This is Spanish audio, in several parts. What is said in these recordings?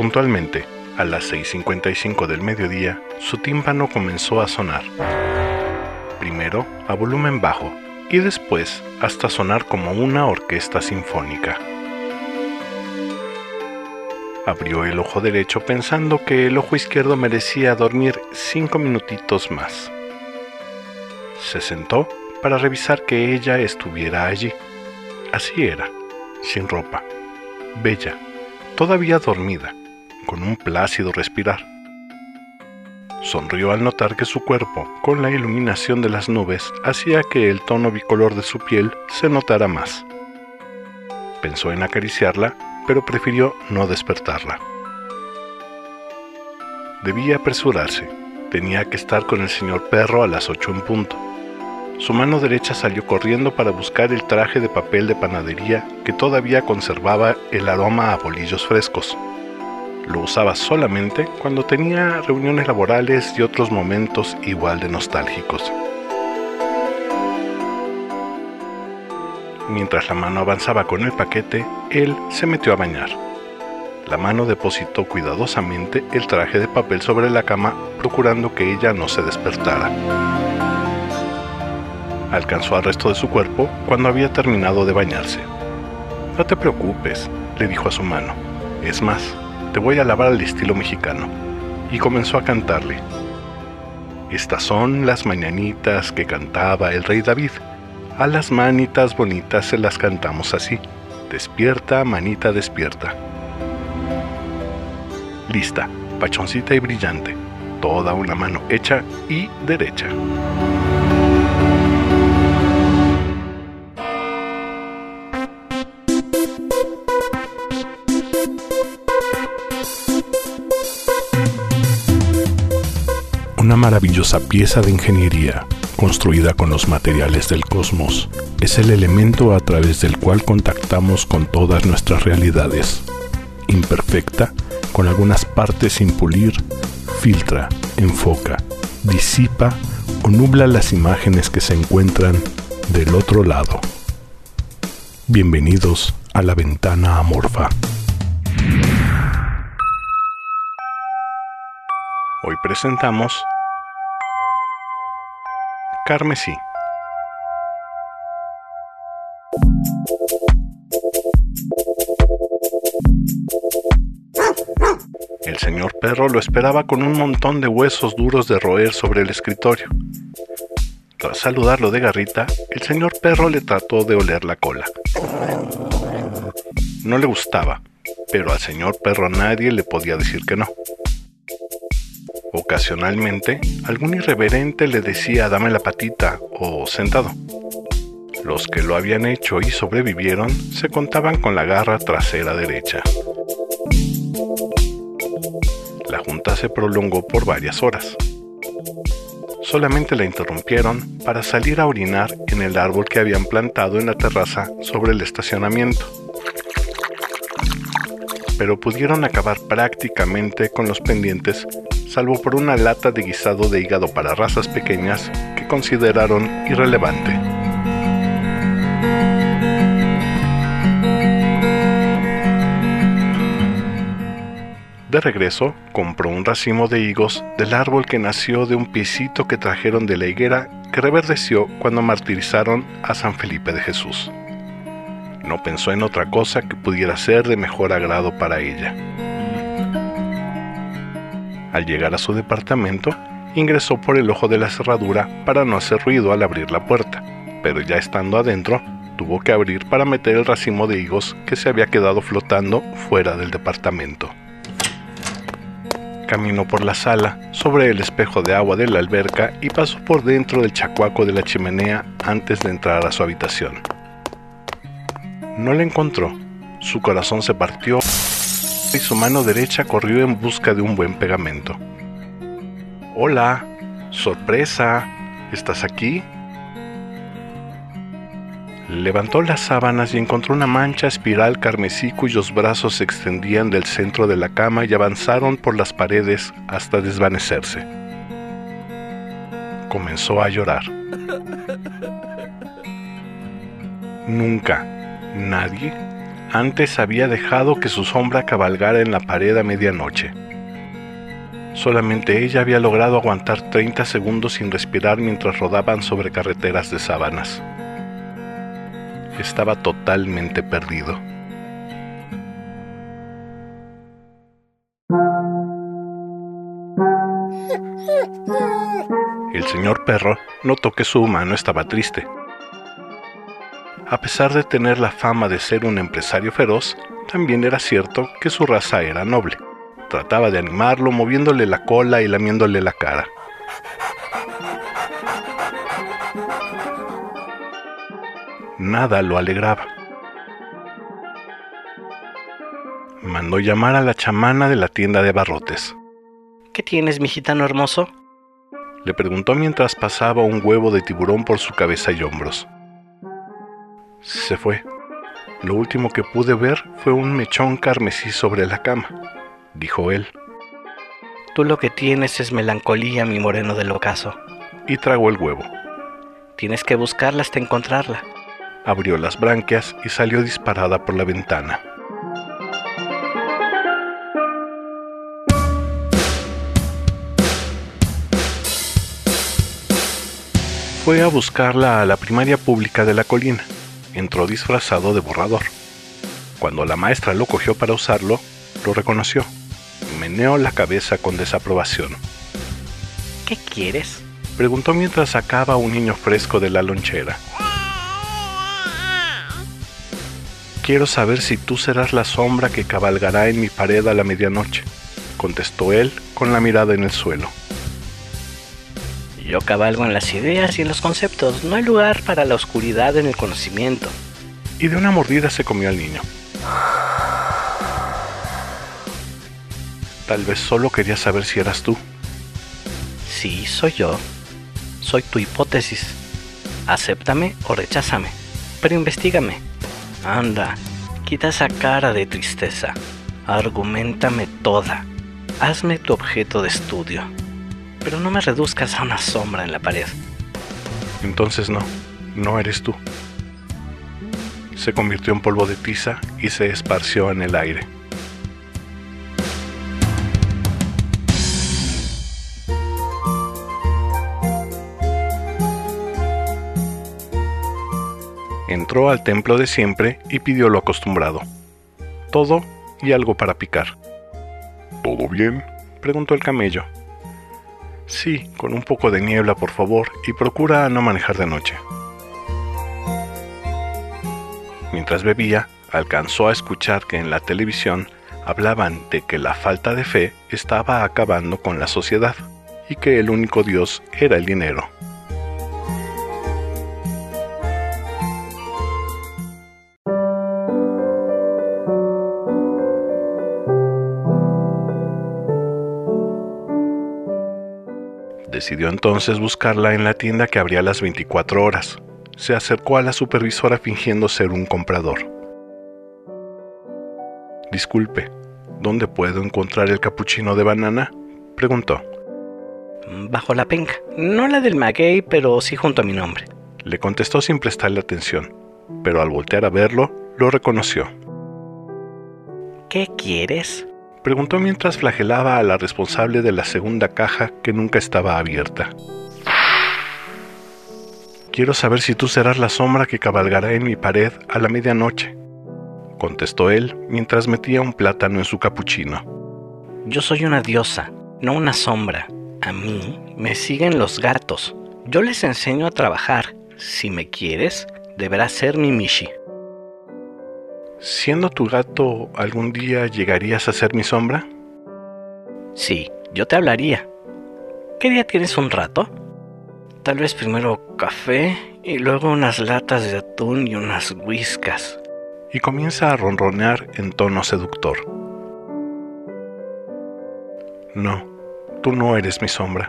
Puntualmente, a las 6:55 del mediodía, su tímpano comenzó a sonar. Primero a volumen bajo y después hasta sonar como una orquesta sinfónica. Abrió el ojo derecho pensando que el ojo izquierdo merecía dormir 5 minutitos más. Se sentó para revisar que ella estuviera allí. Así era, sin ropa, bella, todavía dormida, con un plácido respirar. Sonrió al notar que su cuerpo, con la iluminación de las nubes, hacía que el tono bicolor de su piel se notara más. Pensó en acariciarla, pero prefirió no despertarla. Debía apresurarse. Tenía que estar con el señor Perro a las 8 en punto. Su mano derecha salió corriendo para buscar el traje de papel de panadería que todavía conservaba el aroma a bolillos frescos. Lo usaba solamente cuando tenía reuniones laborales y otros momentos igual de nostálgicos. Mientras la mano avanzaba con el paquete, él se metió a bañar. La mano depositó cuidadosamente el traje de papel sobre la cama, procurando que ella no se despertara. Alcanzó al resto de su cuerpo cuando había terminado de bañarse. «No te preocupes», le dijo a su mano. «Es más, te voy a lavar al estilo mexicano». Y comenzó a cantarle. «Estas son las mañanitas que cantaba el rey David. A las manitas bonitas se las cantamos así. Despierta, manita, despierta». Lista, pachoncita y brillante. Toda una mano hecha y derecha. Una maravillosa pieza de ingeniería, construida con los materiales del cosmos, es el elemento a través del cual contactamos con todas nuestras realidades. Imperfecta, con algunas partes sin pulir, filtra, enfoca, disipa o nubla las imágenes que se encuentran del otro lado. Bienvenidos a la ventana amorfa. Hoy presentamos Carmesí. El señor Perro lo esperaba con un montón de huesos duros de roer sobre el escritorio. Tras saludarlo de garrita, el señor Perro le trató de oler la cola. No le gustaba, pero al señor Perro nadie le podía decir que no. Ocasionalmente, algún irreverente le decía «dame la patita» o «sentado». Los que lo habían hecho y sobrevivieron se contaban con la garra trasera derecha. La junta se prolongó por varias horas. Solamente la interrumpieron para salir a orinar en el árbol que habían plantado en la terraza sobre el estacionamiento. Pero pudieron acabar prácticamente con los pendientes, salvo por una lata de guisado de hígado para razas pequeñas que consideraron irrelevante. De regreso, compró un racimo de higos del árbol que nació de un piecito que trajeron de la higuera que reverdeció cuando martirizaron a San Felipe de Jesús. No pensó en otra cosa que pudiera ser de mejor agrado para ella. Al llegar a su departamento, ingresó por el ojo de la cerradura para no hacer ruido al abrir la puerta, pero ya estando adentro, tuvo que abrir para meter el racimo de higos que se había quedado flotando fuera del departamento. Caminó por la sala, sobre el espejo de agua de la alberca y pasó por dentro del chacuaco de la chimenea antes de entrar a su habitación. No la encontró. Su corazón se partió y su mano derecha corrió en busca de un buen pegamento. «Hola, sorpresa, ¿estás aquí?» Levantó las sábanas y encontró una mancha espiral carmesí cuyos brazos se extendían del centro de la cama y avanzaron por las paredes hasta desvanecerse. Comenzó a llorar. Nunca nadie Antes había dejado que su sombra cabalgara en la pared a medianoche. Solamente ella había logrado aguantar 30 segundos sin respirar mientras rodaban sobre carreteras de sábanas. Estaba totalmente perdido. El señor perro notó que su humano estaba triste. A pesar de tener la fama de ser un empresario feroz, también era cierto que su raza era noble. Trataba de animarlo moviéndole la cola y lamiéndole la cara. Nada lo alegraba. Mandó llamar a la chamana de la tienda de abarrotes. ¿Qué tienes, mi gitano hermoso? Le preguntó mientras pasaba un huevo de tiburón por su cabeza y hombros. Se fue. Lo último que pude ver fue un mechón carmesí sobre la cama, dijo él. Tú lo que tienes es melancolía, mi moreno del ocaso. Y tragó el huevo. Tienes que buscarla hasta encontrarla. Abrió las branquias y salió disparada por la ventana. Fue a buscarla a la primaria pública de la colina. Entró disfrazado de borrador. Cuando la maestra lo cogió para usarlo, lo reconoció. Meneó la cabeza con desaprobación. ¿Qué quieres?, preguntó mientras sacaba a un niño fresco de la lonchera. Quiero saber si tú serás la sombra que cabalgará en mi pared a la medianoche, contestó él con la mirada en el suelo. Yo cabalgo en las ideas y en los conceptos. No hay lugar para la oscuridad en el conocimiento. Y de una mordida se comió al niño. Tal vez solo quería saber si eras tú. Sí, soy yo. Soy tu hipótesis. Acéptame o recházame. Pero investígame. Anda, quita esa cara de tristeza. Argumentame toda. Hazme tu objeto de estudio. Pero no me reduzcas a una sombra en la pared. Entonces no eres tú. Se convirtió en polvo de tiza y se esparció en el aire. Entró al templo de siempre y pidió lo acostumbrado. Todo y algo para picar. ¿Todo bien?, preguntó el camello. Sí, con un poco de niebla, por favor, y procura no manejar de noche. Mientras bebía, alcanzó a escuchar que en la televisión hablaban de que la falta de fe estaba acabando con la sociedad y que el único Dios era el dinero. Decidió entonces buscarla en la tienda que abría las 24 horas. Se acercó a la supervisora fingiendo ser un comprador. Disculpe, ¿dónde puedo encontrar el capuchino de banana?, preguntó. Bajo la penca. No la del maguey, pero sí junto a mi nombre. Le contestó sin prestarle atención, pero al voltear a verlo, lo reconoció. ¿Qué quieres?, preguntó mientras flagelaba a la responsable de la segunda caja que nunca estaba abierta. Quiero saber si tú serás la sombra que cabalgará en mi pared a la medianoche, contestó él mientras metía un plátano en su capuchino. Yo soy una diosa, no una sombra. A mí me siguen los gatos. Yo les enseño a trabajar. Si me quieres, deberás ser mi Mishi. ¿Siendo tu gato, algún día llegarías a ser mi sombra? Sí, yo te hablaría. ¿Qué día tienes un rato? Tal vez primero café y luego unas latas de atún y unas whiskas. Y comienza a ronronear en tono seductor. No, tú no eres mi sombra.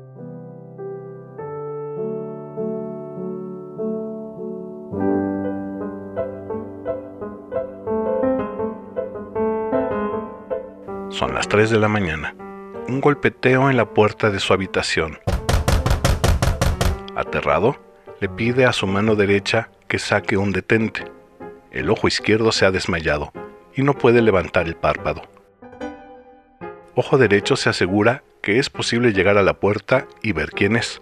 Son las 3 de la mañana. Un golpeteo en la puerta de su habitación. Aterrado, le pide a su mano derecha que saque un detente. El ojo izquierdo se ha desmayado y no puede levantar el párpado. Ojo derecho se asegura que es posible llegar a la puerta y ver quién es.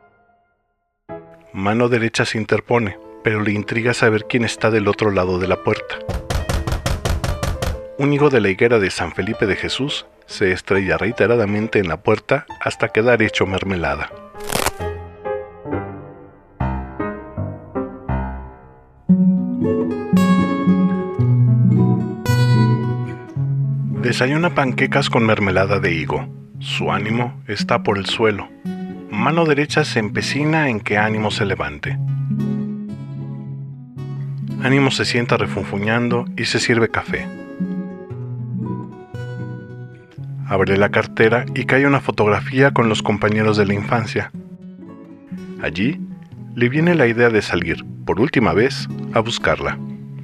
Mano derecha se interpone, pero le intriga saber quién está del otro lado de la puerta. Un higo de la higuera de San Felipe de Jesús se estrella reiteradamente en la puerta hasta quedar hecho mermelada. Desayuna panquecas con mermelada de higo. Su ánimo está por el suelo. Mano derecha se empecina en que Ánimo se levante. Ánimo se sienta refunfuñando y se sirve café. Abre la cartera y cae una fotografía con los compañeros de la infancia. Allí le viene la idea de salir, por última vez, a buscarla.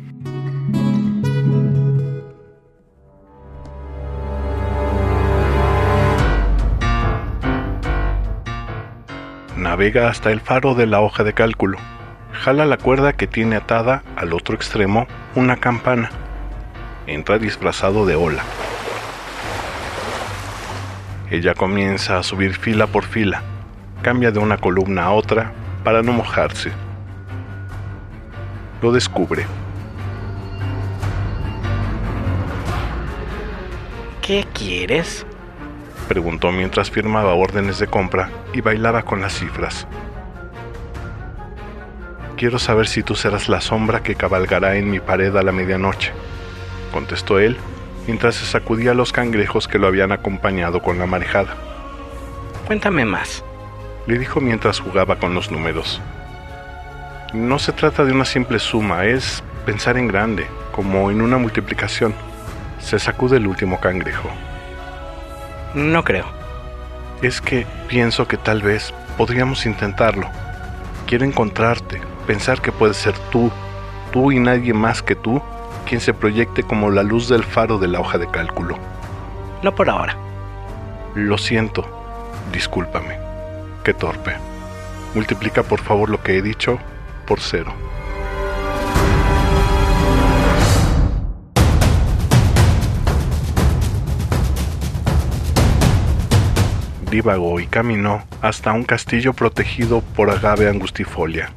Navega hasta el faro de la hoja de cálculo. Jala la cuerda que tiene atada al otro extremo una campana. Entra disfrazado de Ola. Ella comienza a subir fila por fila. Cambia de una columna a otra para no mojarse. Lo descubre. ¿Qué quieres? Preguntó mientras firmaba órdenes de compra y bailaba con las cifras. Quiero saber si tú serás la sombra que cabalgará en mi pared a la medianoche, contestó él mientras se sacudía los cangrejos que lo habían acompañado con la marejada. Cuéntame más, le dijo mientras jugaba con los números. No se trata de una simple suma, es pensar en grande, como en una multiplicación. Se sacude el último cangrejo. No creo. Es que pienso que tal vez podríamos intentarlo. Quiero encontrarte, pensar que puedes ser tú y nadie más que tú, quien se proyecte como la luz del faro de la hoja de cálculo. No por ahora. Lo siento, discúlpame. Qué torpe. Multiplica por favor lo que he dicho por 0. Divagó y caminó hasta un castillo protegido por agave angustifolia.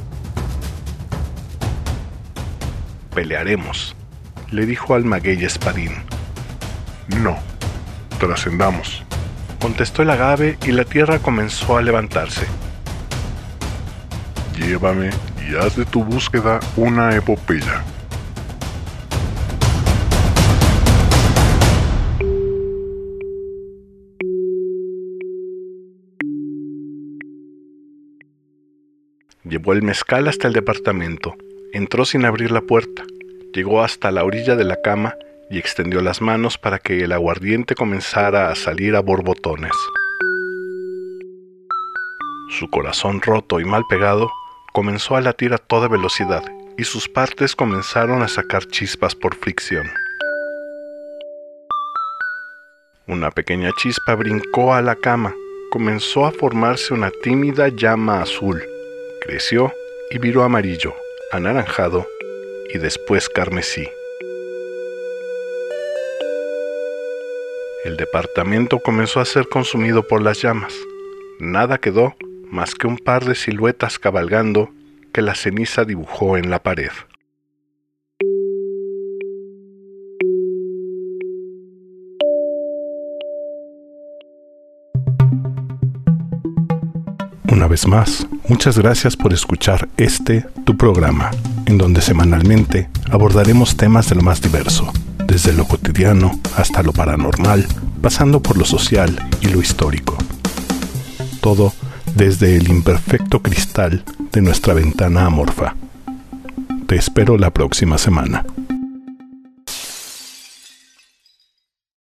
Pelearemos, le dijo al maguey espadín. No, trascendamos, contestó el agave y la tierra comenzó a levantarse. Llévame y haz de tu búsqueda una epopeya. Llevó el mezcal hasta el departamento, entró sin abrir la puerta, llegó hasta la orilla de la cama y extendió las manos para que el aguardiente comenzara a salir a borbotones. Su corazón roto y mal pegado comenzó a latir a toda velocidad y sus partes comenzaron a sacar chispas por fricción. Una pequeña chispa brincó a la cama, comenzó a formarse una tímida llama azul. Creció y viró amarillo, anaranjado y después carmesí. El departamento comenzó a ser consumido por las llamas. Nada quedó más que un par de siluetas cabalgando que la ceniza dibujó en la pared. Una vez más, muchas gracias por escuchar tu programa, en donde semanalmente abordaremos temas de lo más diverso, desde lo cotidiano hasta lo paranormal, pasando por lo social y lo histórico. Todo desde el imperfecto cristal de nuestra ventana amorfa. Te espero la próxima semana.